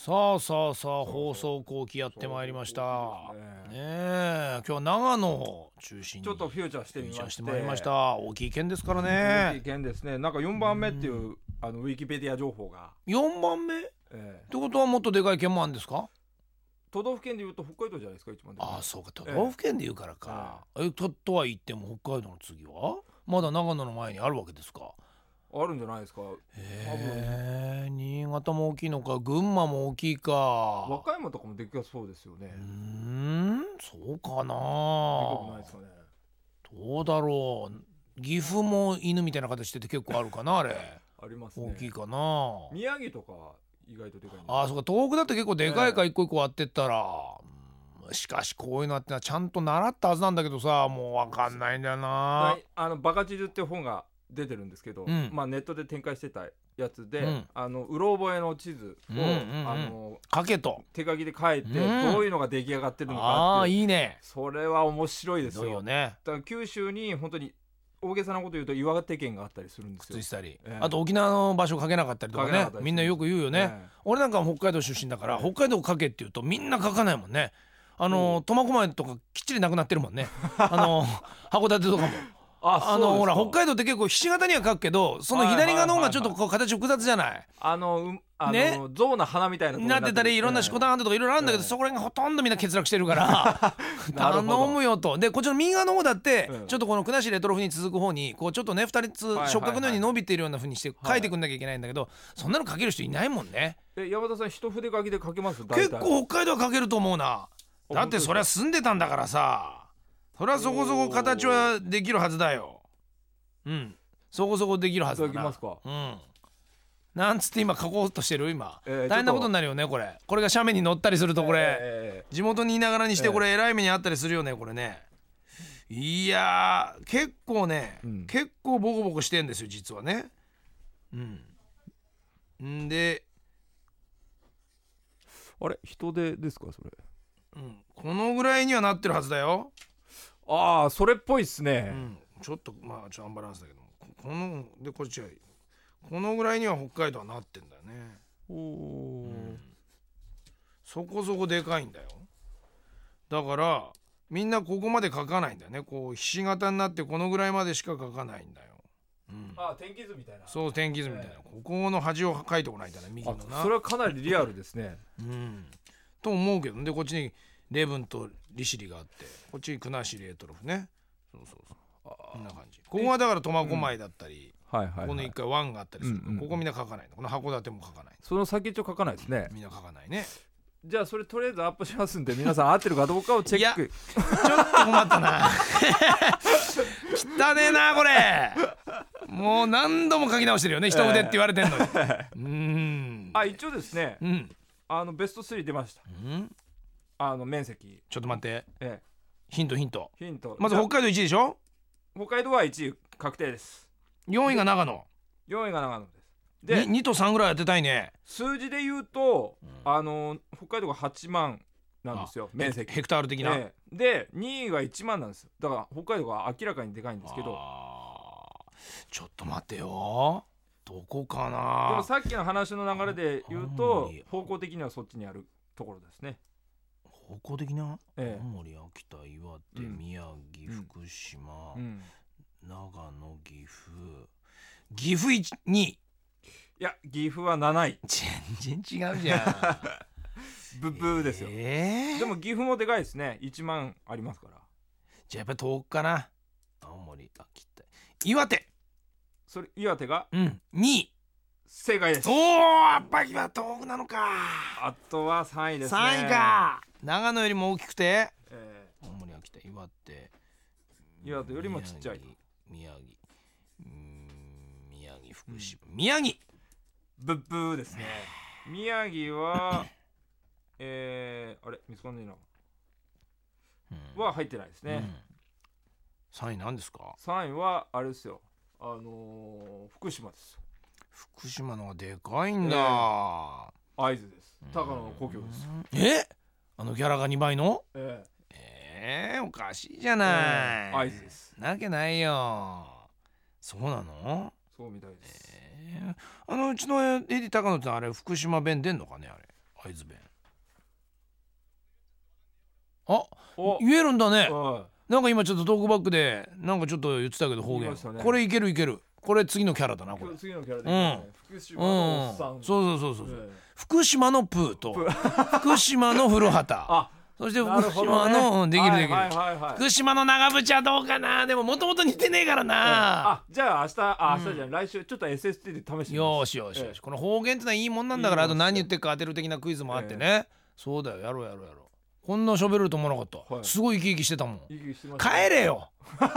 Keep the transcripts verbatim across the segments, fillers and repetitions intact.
さあさあさあ放送後期やってまいりました。ねえ、今日は長野を中心にちょっとフューチャーしてみましてフューチャーしてまいりました。大きい県ですから大きいね。 県ですね。なんかよんばんめっていうあのウィキペディア情報が、 よんばんめ、 ええってことはもっとでかい県もあるんですか？ 都道府県でいうと北海道じゃないですか、一番でかい。 ああそうか、都道府県で言うからか。えととは言っても北海道の次はまだ長野の前にあるわけですか？ あるんじゃないですか。 へえ、新潟も大きいのか、群馬も大きいか。 和歌山とかもでかそうですよね。 うーん、そうかな。 でかくないですかね。 どうだろう。岐阜も犬みたいな形してて結構あるかな、あれ。 ありますね。 大きいかな。 宮城とか意外とでかいんです。 ああそうか、東北だって結構でかいか一個一個割ってったら、うん、しかしこういうのってのはちゃんと習ったはずなんだけどさ、もう分かんないんだよな。 あのバカ地図って本が出てるんですけど、 うんまあネットで展開してたやつで、 うん、 あのうろ覚えの地図を、 うんうんうん、 あの書けと手書きで書いて、 うんどういうのが出来上がってるのかああっていう、 いいね。 それは面白いですどうよ。 よね。 だから九州に本当に大げさなこと言うと岩手県があったりするんですよ。 靴したり、 ええあと沖縄の場所書けなかったりとかね、 書けなかったりみんなよく言うよね、 ええ俺なんかは北海道出身だから、 ええ北海道書けって言うとみんな書かないもんね。あの苫小牧とかきっちりなくなってるもんねあの函館とかもあのほら北海道って結構ひし形には書くけど、その左側の方がちょっとこう形複雑じゃない。 あの、うん、あの、 ね、 象の花みたいなところなってたりいろんな四股段とかいろいろあるんだけど、 ええそこら辺がほとんどみんな欠落してるから頼むよと。でこっちの右側の方だって、 うん、 ちょっとこの国後レトロ風に続く方にこうちょっとねふたりつ触覚のように伸びているような風にして書いてくんなきゃいけないんだけど、そんなの書ける人いないもんね。 え山田さん一筆書きで書けます？ 結構北海道は書けると思うな。だってそりゃ住んでたんだからさ、そりゃそこそこ形はできるはずだよ。うん、そこそこできるはずだな。 いただきますか。 うん、なんつって今書こうとしてる今、 えー、 大変なことになるよねこれ。これが斜面に乗ったりするとこれ、えー、地元にいながらにしてこれえらい目にあったりするよねこれね。いやー結構ね、うん、結構ボコボコしてんですよ実はね。うん。んであれ人手ですかそれ。 うん、このぐらいにはなってるはずだよ。 ああそれっぽいっすね。 うん、ちょっとまあちょっとアンバランスだけど、このでこっちはこのぐらいには北海道はなってんだよね。お、うん、そこそこでかいんだよ。だからみんなここまで書かないんだよね。こうひし形になってこのぐらいまでしか書かないんだよ。 うん、ああ天気図みたいな。 そう天気図みたいな、えー、ここの端を書いてこないとね右のな。 それはかなりリアルですね。 うん、と思うけど。でこっちにレブンと利尻があって、こっちに国後レトロフね。そうそうそう、こんな感じ。ここはだから苫小牧だったり、うんはいはいはい、ここの一回湾があったりする、うんうん、ここみんな書かないの。この函館も書かない。 その先っちょ書かないですね。 みんな書かないね。 じゃあそれとりあえずアップしますんで皆さん合ってるかどうかをチェック。 いやちょっと困ったな汚ねえなこれ。もう何度も書き直してるよね、一筆って言われてんのに、えー、うーんあ一応ですね、 うん、 あのベストスリー出ました、うん、あの面積。 ちょっと待って、 ええ、 ヒントヒントヒント。 まず北海道いちいでしょ。 北海道はいちい確定です。 よんいが長野。よんいが長野です。 で に, にとさんぐらい当てたいね。 数字で言うと、うん、あの北海道がはちまんなんですよ面積。 ヘクタール的な、 ええ、でにいがいちまんなんです。だから北海道が明らかにでかいんですけど。 ちょっと待ってよ、どこかな。 でもさっきの話の流れで言うと方向的にはそっちにあるところですね。 方向的な、 ええ、 青森、秋田、岩手、うん、宮城、福島、うん、長野、岐阜岐阜にい。いや岐阜はなない。 全然違うじゃんブブーですよ、えー、でも岐阜もでかいですね。いちまんありますから。 じゃあやっぱり遠くかな。青森、秋田、岩手。 それ岩手が、 うん、にい。 正解です。 おーやっぱりは遠くなのか。 あとはさんいですね。 さんいか。長野よりも大きくて、 えー、青森、秋田、岩手、 岩手よりもちっちゃい。 宮城、うーん、宮城、福島、うん、宮城。 ブッブーですね。宮城はえー、あれ見つかんねえな、うん、は入ってないですね、うん、 さんい何ですか。 さんいはあれですよ、あのー、福島です。 福島の方がでかいんだ、えー、会津です。高野の故郷です。 えあのギャラがにばいの。 えー、えー、おかしいじゃない、 えー、会津です。 なわけないよ。そうなの。 そうみたいです、 えー、あのうちのエディ高野ってあれ福島弁出んのかね。あれ会津弁。あ、言えるんだね。なんか今ちょっとトークバックでなんかちょっと言ってたけど方言、ね、これいけるいける。これ次のキャラだなこれ。 次のキャラで、ね、うん、福島のおっさん、うん、 そうそうそうそう、えー、福島のプーと福島の古畑あ、そして福島の、ね、できるできる、はいはいはい、福島の長渕はどうかな。でももともと似てねえからな、うん、 あ、じゃあ明日、あ、明日じゃん、うん、来週ちょっと エスエスティー で試してみます。 よしよしよし、えー、この方言ってのはいいもんなんだから。いい、あと何言ってるか当てる的なクイズもあってね、えー、そうだよ、やろうやろうやろう。こんな喋れると思わなかった、はい、すごい生き生きしてたもん。生き生きしてましたね、帰れよ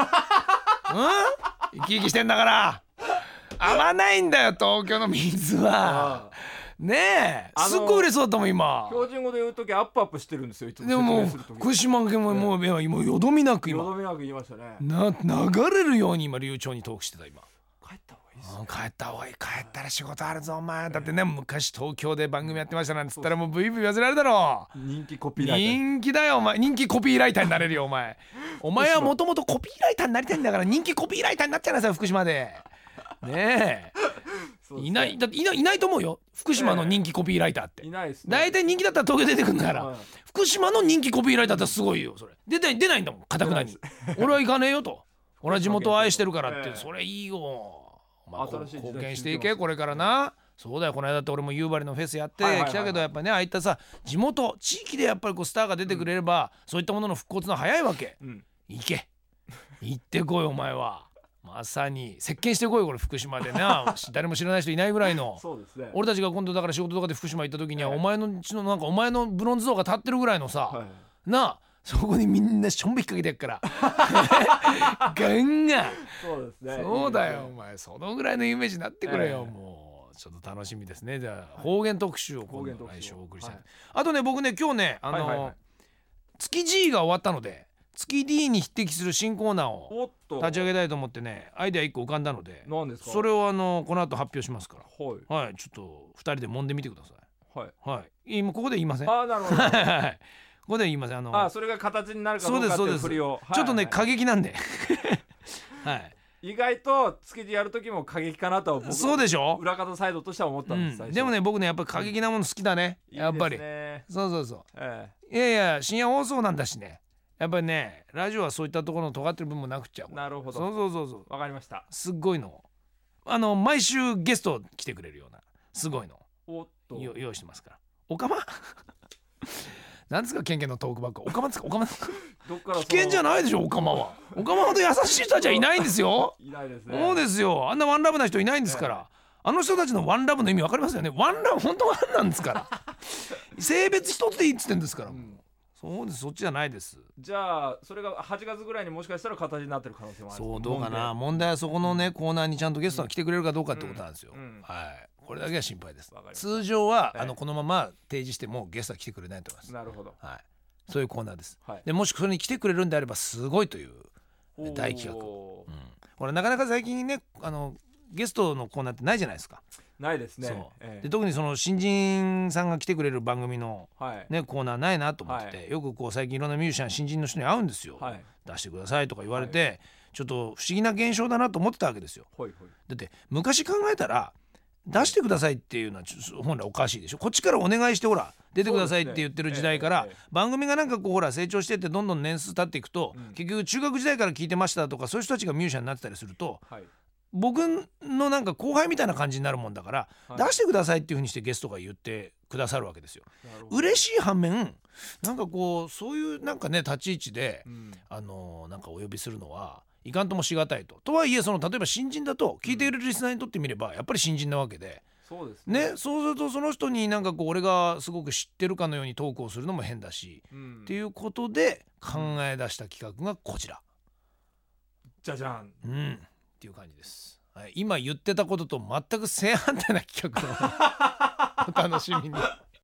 うん、生き生きしてんだから合わないんだよ東京の水は。ねえ、すっごい嬉しそうだったもん今。 標準語で言うときアップアップしてるんですよいつも。 でももう福島県ももう、ね、もうよどみなく今よどみなく言いましたね。 な流れるように今流暢にトークしてた今。 帰った方がいいですね。 帰った方がいい。帰ったら仕事あるぞお前。だってね、昔東京で番組やってましたなんつったらもうブイブイ言わせられるだろう。 人気コピーライター。 人気だよお前。人気コピーライターになれるよお前。お前はもともとコピーライターになりたいんだから人気コピーライターになっちゃいなさい福島で。ねえいない、だっていない、いないと思うよ福島の人気コピーライターって、えー、 いないですね。 大体人気だったら東京出てくるんだから、はい、福島の人気コピーライターってすごいよそれ。出て出ないんだもんかたくなに俺は行かねえよと俺は地元を愛してるからって、えー、それいいよ、まあ、貢献していけこれからな。そうだよ、この間だって俺も夕張のフェスやってきたけどやっぱね、ああいったさ地元地域でやっぱりこうスターが出てくれれば、うん、そういったものの復活の早いわけ、うん、行け行ってこいお前は。まさに席巻してこいこれ福島でな誰も知らない人いないぐらいのそうですね。 俺たちが今度だから仕事とかで福島行った時には、はい、お前のうちのなんかお前のブロンズ像が立ってるぐらいのさ、はい、なあそこにみんなしょんべきかけてやっからガンガンそうですね。 そうだよお前そのぐらいのイメージになってくれよ、えー、もうちょっと楽しみですね。じゃあ方言特集を今度来週お送りしたい、はい、あとね僕ね今日ねあの、はいはいはい、月 G が終わったので月 D に匹敵する新コーナーを立ち上げたいと思ってねアイデアいっこ浮かんだので、 何ですか？ それをあのこの後発表しますから、 はい、 はい、ちょっとふたりで揉んでみてください。 はい、 はい、今ここで言いません。 あーなるほどここで言いません。あのあそれが形になるかどうかっていう振りを、 ちょっとね、はい、過激なんではい意外と築地やる時も過激かなとは僕そうでしょ裏方サイドとしては思ったんです、 うん、でもね僕ねやっぱり過激なもの好きだね、うん、やっぱりいいですね。そうそうそう、ええ、いやいや深夜放送なんだしねやっぱりねラジオはそういったところの尖ってる部分もなくちゃう。 なるほど。 そうそうそうそうわかりました。 すっごいのあの毎週ゲスト来てくれるようなすごいのおっと用意してますから。おかまなんですかケンケンのトークバックおかまですかおかまですかどっから危険じゃないでしょおかまは。おかまほど優しい人たちはいないんですよいないですね。 そうですよ。あんなワンラブな人いないんですから、えー、あの人たちのワンラブの意味わかりますよね。ワンラブ本当ワンなんですから性別一つでいいっつってんですから、うん、そうです。そっちじゃないです。 じゃあそれがはちがつぐらいにもしかしたら形になってる可能性もある。 そうどうかな。問題はそこのね、うん、コーナーにちゃんとゲストが来てくれるかどうかってことなんですよ、うんうん、はいこれだけは心配です。通常は、はい、あのこのまま提示してもゲストは来てくれないと思います。 なるほど、 はい、そういうコーナーです、はい、でもしそれに来てくれるんであればすごいという大企画、うん、これなかなか最近ねあのゲストのコーナーってないじゃないですか。 ないですね。 そう、 ええ、 で特にその新人さんが来てくれる番組の、 はいね、コーナーないなと思ってて、はい、よくこう最近いろんなミュージシャン新人の人に会うんですよ、 はい、 出してくださいとか言われて、はい、ちょっと不思議な現象だなと思ってたわけですよ、 はいはい、 だって昔考えたら出してくださいっていうのは本来おかしいでしょ。こっちからお願いしてほら出てくださいって言ってる時代から、ねえええ、番組がなんかこうほら成長してってどんどん年数経っていくと、うん、結局中学時代から聞いてましたとかそういう人たちがミュージシャンになってたりすると、はい、僕のなんか後輩みたいな感じになるもんだから、はい、出してくださいっていう風にしてゲストが言ってくださるわけですよ。嬉しい反面なんかこうそういうなんかね立ち位置で、うん、あのなんかお呼びするのはいかんともしがたいと。とはいえその例えば新人だと聞いているリスナーにとってみればやっぱり新人なわけで、 そうですね。 ね、そうするとその人になんかこう俺がすごく知ってるかのようにトークをするのも変だし、うん、っていうことで考え出した企画がこちら、 じゃじゃん、 うん、っていう感じです、はい、今言ってたことと全く正反対な企画をお楽しみに